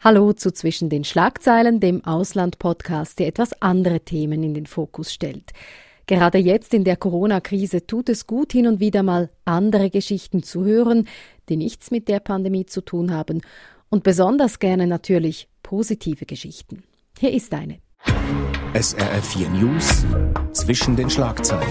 Hallo zu Zwischen den Schlagzeilen, dem Ausland-Podcast, der etwas andere Themen in den Fokus stellt. Gerade jetzt in der Corona-Krise tut es gut, hin und wieder mal andere Geschichten zu hören, die nichts mit der Pandemie zu tun haben. Und besonders gerne natürlich positive Geschichten. Hier ist eine. SRF 4 News Zwischen den Schlagzeilen.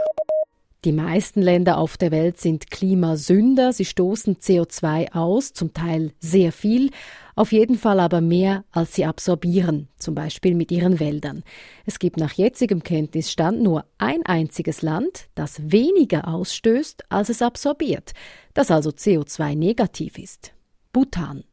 Die meisten Länder auf der Welt sind Klimasünder. Sie stoßen CO2 aus, zum Teil sehr viel, auf jeden Fall aber mehr, als sie absorbieren, zum Beispiel mit ihren Wäldern. Es gibt nach jetzigem Kenntnisstand nur ein einziges Land, das weniger ausstößt, als es absorbiert, das also CO2-negativ ist. Bhutan.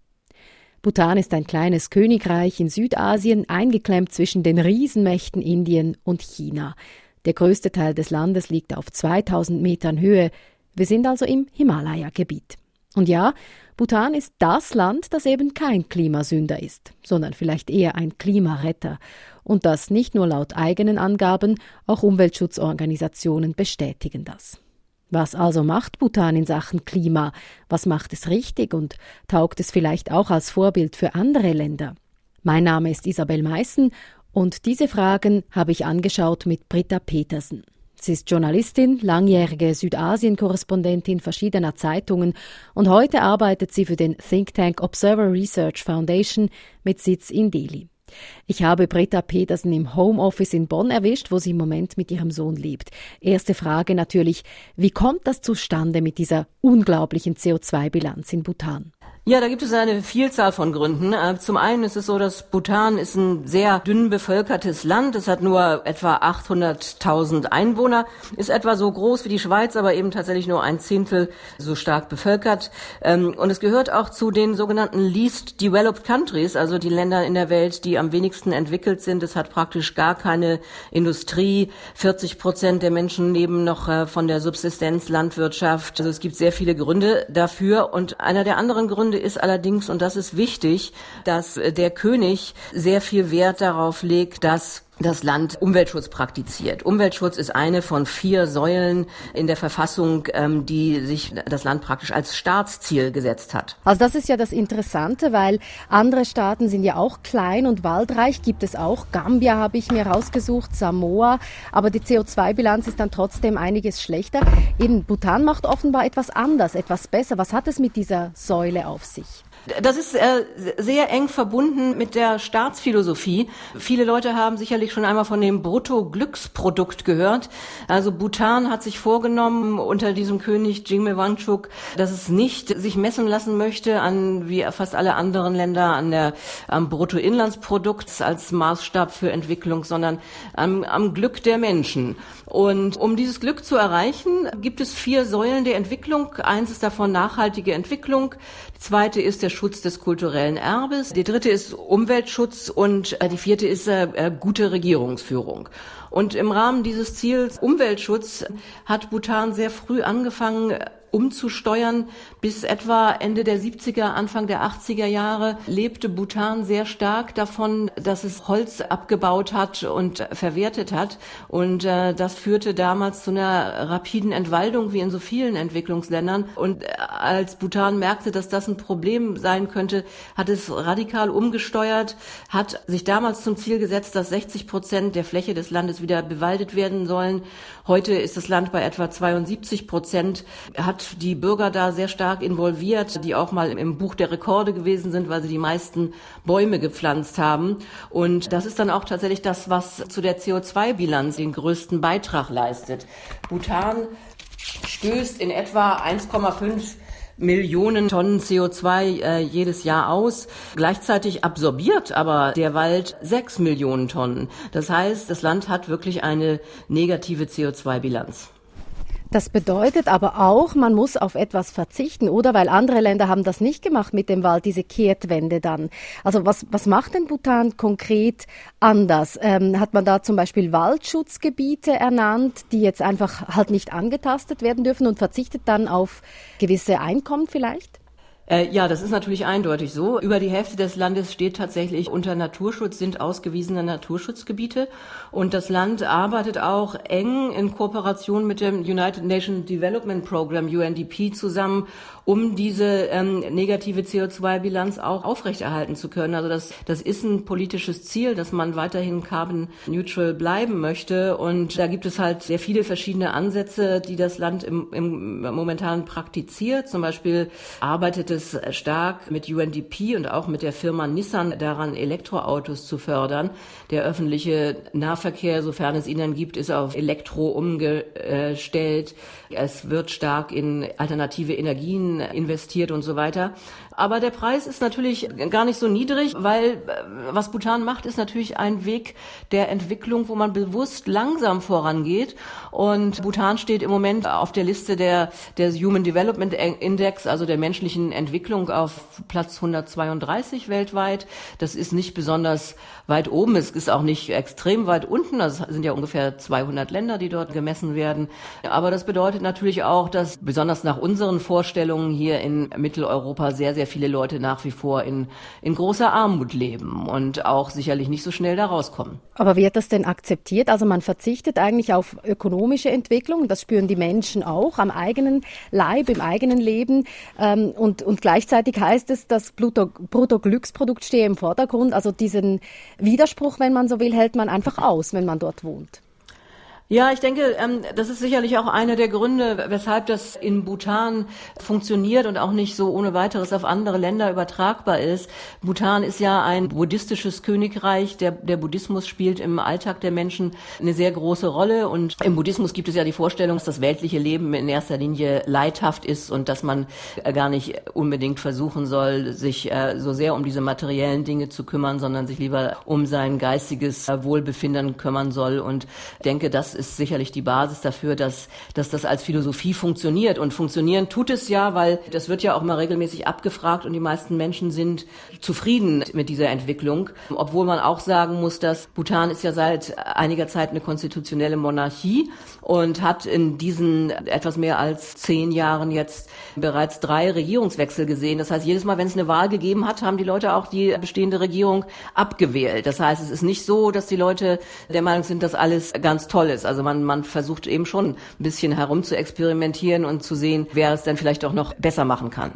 Bhutan ist ein kleines Königreich in Südasien, eingeklemmt zwischen den Riesenmächten Indien und China. Der größte Teil des Landes liegt auf 2000 Metern Höhe. Wir sind also im Himalaya-Gebiet. Und ja, Bhutan ist das Land, das eben kein Klimasünder ist, sondern vielleicht eher ein Klimaretter. Und das nicht nur laut eigenen Angaben, auch Umweltschutzorganisationen bestätigen das. Was also macht Bhutan in Sachen Klima? Was macht es richtig und taugt es vielleicht auch als Vorbild für andere Länder? Mein Name ist Isabel Meissen und diese Fragen habe ich angeschaut mit Britta Petersen. Sie ist Journalistin, langjährige Südasien-Korrespondentin verschiedener Zeitungen und heute arbeitet sie für den Think Tank Observer Research Foundation mit Sitz in Delhi. Ich habe Britta Petersen im Homeoffice in Bonn erwischt, wo sie im Moment mit ihrem Sohn lebt. Erste Frage natürlich, wie kommt das zustande mit dieser unglaublichen CO2-Bilanz in Bhutan? Ja, da gibt es eine Vielzahl von Gründen. Zum einen ist es so, dass Bhutan ist ein sehr dünn bevölkertes Land. Es hat nur etwa 800.000 Einwohner, ist etwa so groß wie die Schweiz, aber eben tatsächlich nur ein Zehntel so stark bevölkert. Und es gehört auch zu den sogenannten Least Developed Countries, also die Länder in der Welt, die am wenigsten entwickelt sind. Es hat praktisch gar keine Industrie. 40% der Menschen leben noch von der Subsistenzlandwirtschaft. Also es gibt sehr viele Gründe dafür. Und einer der anderen Gründe ist allerdings, und das ist wichtig, dass der König sehr viel Wert darauf legt, dass das Land Umweltschutz praktiziert. Umweltschutz ist eine von 4 Säulen in der Verfassung, die sich das Land praktisch als Staatsziel gesetzt hat. Also das ist ja das Interessante, weil andere Staaten sind ja auch klein und waldreich, gibt es auch. Gambia habe ich mir rausgesucht, Samoa, aber die CO2-Bilanz ist dann trotzdem einiges schlechter. Eben Bhutan macht offenbar etwas anders, etwas besser. Was hat es mit dieser Säule auf sich? Das ist sehr eng verbunden mit der Staatsphilosophie. Viele Leute haben sicherlich schon einmal von dem Bruttoglücksprodukt gehört. Also Bhutan hat sich vorgenommen unter diesem König Jigme Wangchuk, dass es nicht sich messen lassen möchte an, wie fast alle anderen Länder, am Bruttoinlandsprodukt als Maßstab für Entwicklung, sondern am Glück der Menschen. Und um dieses Glück zu erreichen, gibt es 4 Säulen der Entwicklung. Eins ist davon nachhaltige Entwicklung. Die zweite ist der Schutz des kulturellen Erbes. Die dritte ist Umweltschutz und die vierte ist gute Regierungsführung. Und im Rahmen dieses Ziels Umweltschutz hat Bhutan sehr früh angefangen, umzusteuern. Bis etwa Ende der 70er, Anfang der 80er Jahre lebte Bhutan sehr stark davon, dass es Holz abgebaut hat und verwertet hat. Und das führte damals zu einer rapiden Entwaldung, wie in so vielen Entwicklungsländern. Und als Bhutan merkte, dass das ein Problem sein könnte, hat es radikal umgesteuert, hat sich damals zum Ziel gesetzt, dass 60% der Fläche des Landes wieder bewaldet werden sollen. Heute ist das Land bei etwa 72%, hat die Bürger da sehr stark involviert, die auch mal im Buch der Rekorde gewesen sind, weil sie die meisten Bäume gepflanzt haben. Und das ist dann auch tatsächlich das, was zu der CO2-Bilanz den größten Beitrag leistet. Bhutan stößt in etwa 1,5 Millionen Tonnen CO2 jedes Jahr aus. Gleichzeitig absorbiert aber der Wald 6 Millionen Tonnen. Das heißt, das Land hat wirklich eine negative CO2-Bilanz. Das bedeutet aber auch, man muss auf etwas verzichten, oder? Weil andere Länder haben das nicht gemacht mit dem Wald, diese Kehrtwende dann. Also was macht denn Bhutan konkret anders? Hat man da zum Beispiel Waldschutzgebiete ernannt, die jetzt einfach halt nicht angetastet werden dürfen und verzichtet dann auf gewisse Einkommen vielleicht? Ja, das ist natürlich eindeutig so. Über die Hälfte des Landes steht tatsächlich unter Naturschutz, sind ausgewiesene Naturschutzgebiete. Und das Land arbeitet auch eng in Kooperation mit dem United Nations Development Program, UNDP, zusammen, um diese negative CO2-Bilanz auch aufrechterhalten zu können. Also das ist ein politisches Ziel, dass man weiterhin carbon neutral bleiben möchte. Und da gibt es halt sehr viele verschiedene Ansätze, die das Land im momentan praktiziert. Zum Beispiel arbeitet es stark mit UNDP und auch mit der Firma Nissan daran, Elektroautos zu fördern. Der öffentliche Nahverkehr, sofern es ihn dann gibt, ist auf Elektro umgestellt. Es wird stark in alternative Energien investiert und so weiter. Aber der Preis ist natürlich gar nicht so niedrig, weil was Bhutan macht, ist natürlich ein Weg der Entwicklung, wo man bewusst langsam vorangeht. Und Bhutan steht im Moment auf der Liste der Human Development Index, also der menschlichen Entwicklung, auf Platz 132 weltweit. Das ist nicht besonders weit oben, es ist auch nicht extrem weit unten. Das sind ja ungefähr 200 Länder, die dort gemessen werden. Aber das bedeutet natürlich auch, dass besonders nach unseren Vorstellungen hier in Mitteleuropa sehr, sehr viele Leute nach wie vor in großer Armut leben und auch sicherlich nicht so schnell da rauskommen. Aber wird das denn akzeptiert? Also man verzichtet eigentlich auf ökonomische Entwicklung, das spüren die Menschen auch am eigenen Leib, im eigenen Leben. Und gleichzeitig heißt es, das Bruttoglücksprodukt stehe im Vordergrund. Also diesen Widerspruch, wenn man so will, hält man einfach aus, wenn man dort wohnt. Ja, ich denke, das ist sicherlich auch einer der Gründe, weshalb das in Bhutan funktioniert und auch nicht so ohne weiteres auf andere Länder übertragbar ist. Bhutan ist ja ein buddhistisches Königreich. Der Buddhismus spielt im Alltag der Menschen eine sehr große Rolle. Und im Buddhismus gibt es ja die Vorstellung, dass das weltliche Leben in erster Linie leidhaft ist und dass man gar nicht unbedingt versuchen soll, sich so sehr um diese materiellen Dinge zu kümmern, sondern sich lieber um sein geistiges Wohlbefinden kümmern soll. Und ich denke, das ist sicherlich die Basis dafür, dass das als Philosophie funktioniert. Und funktionieren tut es ja, weil das wird ja auch mal regelmäßig abgefragt und die meisten Menschen sind zufrieden mit dieser Entwicklung. Obwohl man auch sagen muss, dass Bhutan ist ja seit einiger Zeit eine konstitutionelle Monarchie und hat in diesen etwas mehr als 10 Jahren jetzt bereits 3 Regierungswechsel gesehen. Das heißt, jedes Mal, wenn es eine Wahl gegeben hat, haben die Leute auch die bestehende Regierung abgewählt. Das heißt, es ist nicht so, dass die Leute der Meinung sind, dass alles ganz toll ist. Also man versucht eben schon ein bisschen herum zu experimentieren und zu sehen, wer es dann vielleicht auch noch besser machen kann.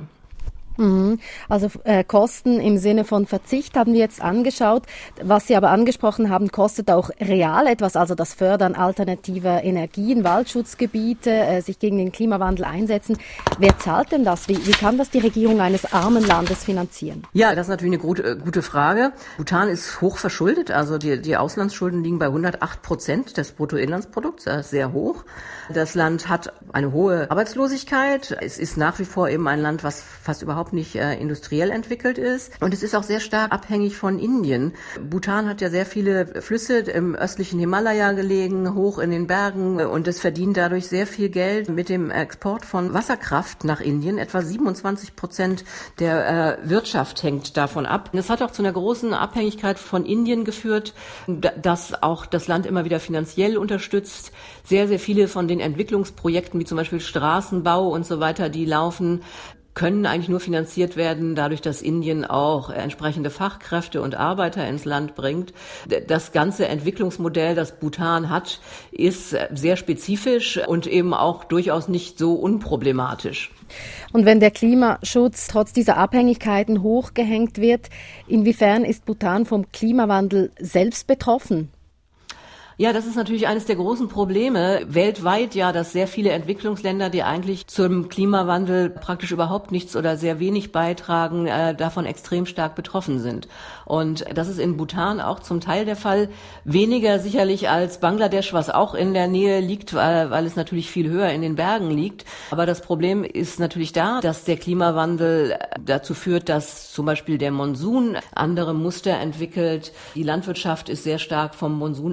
Also Kosten im Sinne von Verzicht haben wir jetzt angeschaut. Was Sie aber angesprochen haben, kostet auch real etwas, also das Fördern alternativer Energien, Waldschutzgebiete, sich gegen den Klimawandel einsetzen. Wer zahlt denn das? Wie kann das die Regierung eines armen Landes finanzieren? Ja, das ist natürlich eine gute Frage. Bhutan ist hoch verschuldet, also die Auslandsschulden liegen bei 108% des Bruttoinlandsprodukts, das ist sehr hoch. Das Land hat eine hohe Arbeitslosigkeit. Es ist nach wie vor eben ein Land, was fast überhaupt nicht industriell entwickelt ist. Und es ist auch sehr stark abhängig von Indien. Bhutan hat ja sehr viele Flüsse im östlichen Himalaya gelegen, hoch in den Bergen. Und es verdient dadurch sehr viel Geld mit dem Export von Wasserkraft nach Indien. Etwa 27% der Wirtschaft hängt davon ab. Das hat auch zu einer großen Abhängigkeit von Indien geführt, dass auch das Land immer wieder finanziell unterstützt. Sehr, sehr viele von den Entwicklungsprojekten, wie zum Beispiel Straßenbau und so weiter, die laufen, können eigentlich nur finanziert werden, dadurch, dass Indien auch entsprechende Fachkräfte und Arbeiter ins Land bringt. Das ganze Entwicklungsmodell, das Bhutan hat, ist sehr spezifisch und eben auch durchaus nicht so unproblematisch. Und wenn der Klimaschutz trotz dieser Abhängigkeiten hochgehängt wird, inwiefern ist Bhutan vom Klimawandel selbst betroffen? Ja, das ist natürlich eines der großen Probleme weltweit, ja, dass sehr viele Entwicklungsländer, die eigentlich zum Klimawandel praktisch überhaupt nichts oder sehr wenig beitragen, davon extrem stark betroffen sind. Und das ist in Bhutan auch zum Teil der Fall, weniger sicherlich als Bangladesch, was auch in der Nähe liegt, weil es natürlich viel höher in den Bergen liegt. Aber das Problem ist natürlich da, dass der Klimawandel dazu führt, dass zum Beispiel der Monsun andere Muster entwickelt. Die Landwirtschaft ist sehr stark vom Monsun abhängig.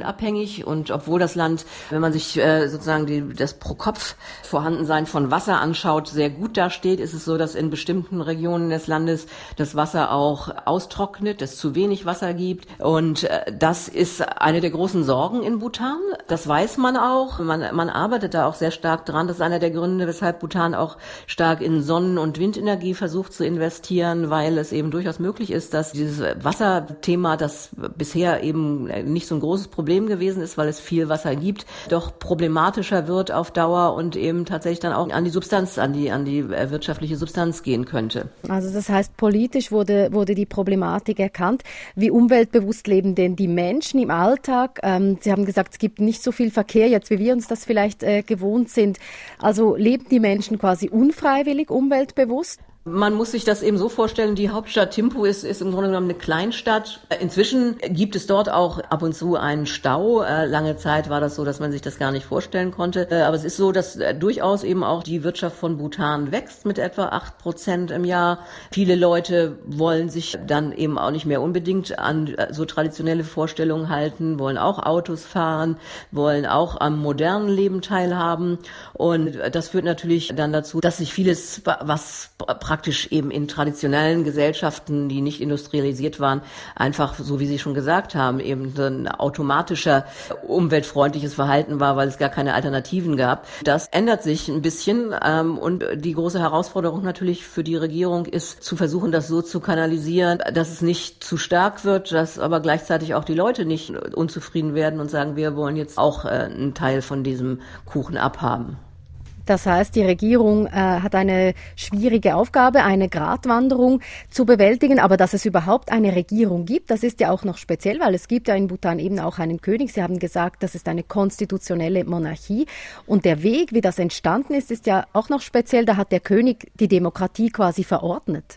wenig. Und obwohl das Land, wenn man sich sozusagen das Pro-Kopf-Vorhandensein von Wasser anschaut, sehr gut dasteht, ist es so, dass in bestimmten Regionen des Landes das Wasser auch austrocknet, es zu wenig Wasser gibt. Und das ist eine der großen Sorgen in Bhutan. Das weiß man auch. Man arbeitet da auch sehr stark dran. Das ist einer der Gründe, weshalb Bhutan auch stark in Sonnen- und Windenergie versucht zu investieren, weil es eben durchaus möglich ist, dass dieses Wasserthema, das bisher eben nicht so ein großes Problem gewesen ist, weil es viel Wasser gibt, doch problematischer wird auf Dauer und eben tatsächlich dann auch an die Substanz, an die wirtschaftliche Substanz gehen könnte. Also das heißt, politisch wurde die Problematik erkannt. Wie umweltbewusst leben denn die Menschen im Alltag? Sie haben gesagt, es gibt nicht so viel Verkehr jetzt, wie wir uns das vielleicht gewohnt sind. Also leben die Menschen quasi unfreiwillig umweltbewusst? Man muss sich das eben so vorstellen, die Hauptstadt Thimphu ist im Grunde genommen eine Kleinstadt. Inzwischen gibt es dort auch ab und zu einen Stau. Lange Zeit war das so, dass man sich das gar nicht vorstellen konnte. Aber es ist so, dass durchaus eben auch die Wirtschaft von Bhutan wächst mit etwa 8% im Jahr. Viele Leute wollen sich dann eben auch nicht mehr unbedingt an so traditionelle Vorstellungen halten, wollen auch Autos fahren, wollen auch am modernen Leben teilhaben. Und das führt natürlich dann dazu, dass sich vieles, was praktisch eben in traditionellen Gesellschaften, die nicht industrialisiert waren, einfach, so wie Sie schon gesagt haben, eben ein automatischer, umweltfreundliches Verhalten war, weil es gar keine Alternativen gab. Das ändert sich ein bisschen und die große Herausforderung natürlich für die Regierung ist, zu versuchen, das so zu kanalisieren, dass es nicht zu stark wird, dass aber gleichzeitig auch die Leute nicht unzufrieden werden und sagen, wir wollen jetzt auch einen Teil von diesem Kuchen abhaben. Das heißt, die Regierung hat eine schwierige Aufgabe, eine Gratwanderung zu bewältigen. Aber dass es überhaupt eine Regierung gibt, das ist ja auch noch speziell, weil es gibt ja in Bhutan eben auch einen König. Sie haben gesagt, das ist eine konstitutionelle Monarchie. Und der Weg, wie das entstanden ist, ist ja auch noch speziell. Da hat der König die Demokratie quasi verordnet.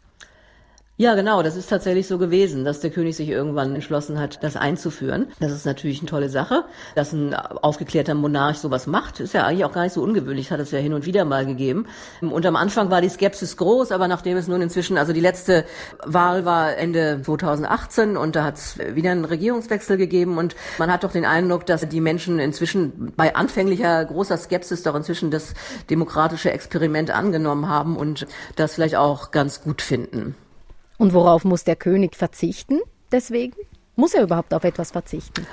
Ja, genau, das ist tatsächlich so gewesen, dass der König sich irgendwann entschlossen hat, das einzuführen. Das ist natürlich eine tolle Sache, dass ein aufgeklärter Monarch sowas macht. Ist ja eigentlich auch gar nicht so ungewöhnlich, hat es ja hin und wieder mal gegeben. Und am Anfang war die Skepsis groß, aber nachdem es nun inzwischen, also die letzte Wahl war Ende 2018 und da hat es wieder einen Regierungswechsel gegeben und man hat doch den Eindruck, dass die Menschen inzwischen bei anfänglicher großer Skepsis doch inzwischen das demokratische Experiment angenommen haben und das vielleicht auch ganz gut finden. Und worauf muss der König verzichten deswegen? Muss er überhaupt auf etwas verzichten?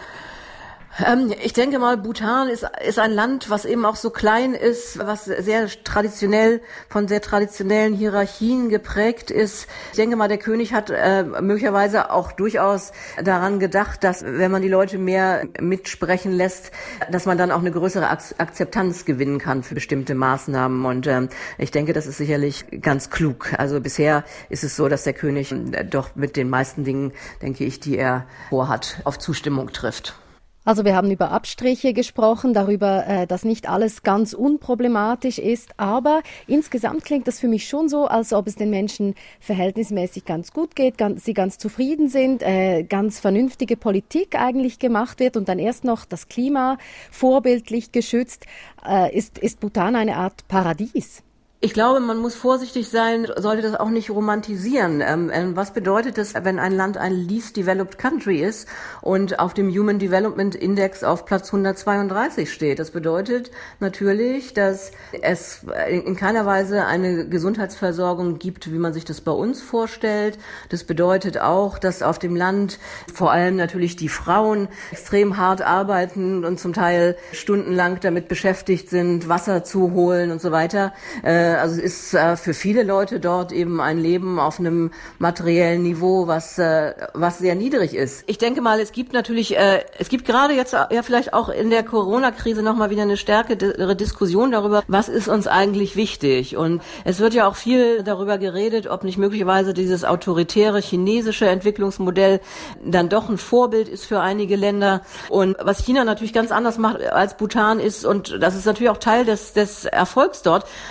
Ich denke mal, Bhutan ist ein Land, was eben auch so klein ist, was sehr traditionell von sehr traditionellen Hierarchien geprägt ist. Ich denke mal, der König hat möglicherweise auch durchaus daran gedacht, dass wenn man die Leute mehr mitsprechen lässt, dass man dann auch eine größere Akzeptanz gewinnen kann für bestimmte Maßnahmen. Und ich denke, das ist sicherlich ganz klug. Also bisher ist es so, dass der König doch mit den meisten Dingen, denke ich, die er vorhat, auf Zustimmung trifft. Also wir haben über Abstriche gesprochen, darüber, dass nicht alles ganz unproblematisch ist, aber insgesamt klingt das für mich schon so, als ob es den Menschen verhältnismäßig ganz gut geht, sie ganz zufrieden sind, ganz vernünftige Politik eigentlich gemacht wird und dann erst noch das Klima vorbildlich geschützt. Ist Bhutan eine Art Paradies? Ich glaube, man muss vorsichtig sein, sollte das auch nicht romantisieren. Was bedeutet es, wenn ein Land ein Least Developed Country ist und auf dem Human Development Index auf Platz 132 steht? Das bedeutet natürlich, dass es in keiner Weise eine Gesundheitsversorgung gibt, wie man sich das bei uns vorstellt. Das bedeutet auch, dass auf dem Land vor allem natürlich die Frauen extrem hart arbeiten und zum Teil stundenlang damit beschäftigt sind, Wasser zu holen und so weiter. Also es ist für viele Leute dort eben ein Leben auf einem materiellen Niveau, was sehr niedrig ist. Ich denke mal, es gibt gerade jetzt ja vielleicht auch in der Corona-Krise nochmal wieder eine stärkere Diskussion darüber, was ist uns eigentlich wichtig. Und es wird ja auch viel darüber geredet, ob nicht möglicherweise dieses autoritäre chinesische Entwicklungsmodell dann doch ein Vorbild ist für einige Länder. Und was China natürlich ganz anders macht als Bhutan ist, und das ist natürlich auch Teil des Erfolgs dort, dass es innerhalb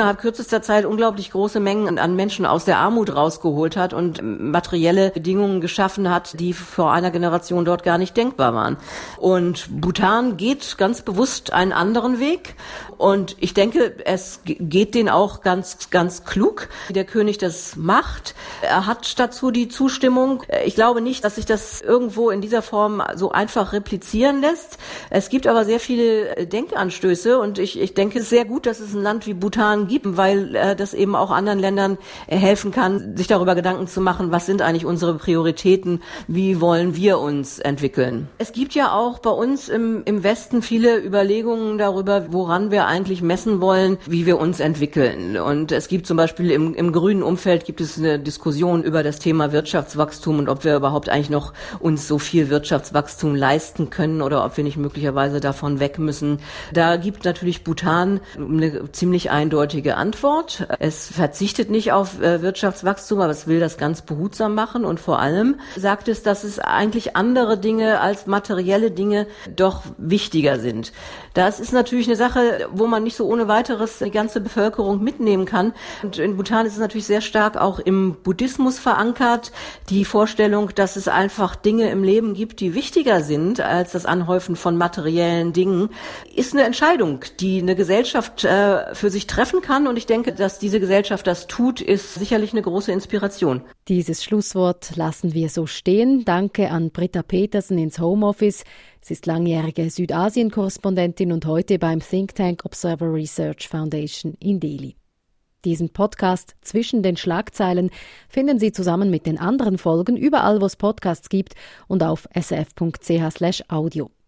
innerhalb kürzester Zeit unglaublich große Mengen an Menschen aus der Armut rausgeholt hat und materielle Bedingungen geschaffen hat, die vor einer Generation dort gar nicht denkbar waren. Und Bhutan geht ganz bewusst einen anderen Weg. Und ich denke, es geht den auch ganz, ganz klug, wie der König das macht. Er hat dazu die Zustimmung. Ich glaube nicht, dass sich das irgendwo in dieser Form so einfach replizieren lässt. Es gibt aber sehr viele Denkanstöße und ich denke, es ist sehr gut, dass es ein Land wie Bhutan gibt, weil das eben auch anderen Ländern helfen kann, sich darüber Gedanken zu machen, was sind eigentlich unsere Prioritäten, wie wollen wir uns entwickeln. Es gibt ja auch bei uns im Westen viele Überlegungen darüber, woran wir eigentlich messen wollen, wie wir uns entwickeln. Und es gibt zum Beispiel im grünen Umfeld gibt es eine Diskussion über das Thema Wirtschaftswachstum und ob wir überhaupt eigentlich noch uns so viel Wirtschaftswachstum leisten können oder ob wir nicht möglicherweise davon weg müssen. Da gibt natürlich Bhutan eine ziemlich eindeutige Antwort. Es verzichtet nicht auf Wirtschaftswachstum, aber es will das ganz behutsam machen und vor allem sagt es, dass es eigentlich andere Dinge als materielle Dinge doch wichtiger sind. Das ist natürlich eine Sache, wo man nicht so ohne weiteres die ganze Bevölkerung mitnehmen kann. Und in Bhutan ist es natürlich sehr stark auch im Buddhismus verankert. Die Vorstellung, dass es einfach Dinge im Leben gibt, die wichtiger sind als das Anhäufen von materiellen Dingen, ist eine Entscheidung, die eine Gesellschaft für sich treffen kann. Und ich denke, dass diese Gesellschaft das tut, ist sicherlich eine große Inspiration. Dieses Schlusswort lassen wir so stehen. Danke an Britta Petersen ins Homeoffice. Sie ist langjährige Südasien-Korrespondentin und heute beim Think Tank Observer Research Foundation in Delhi. Diesen Podcast Zwischen den Schlagzeilen finden Sie zusammen mit den anderen Folgen überall, wo es Podcasts gibt und auf srf.ch/audio.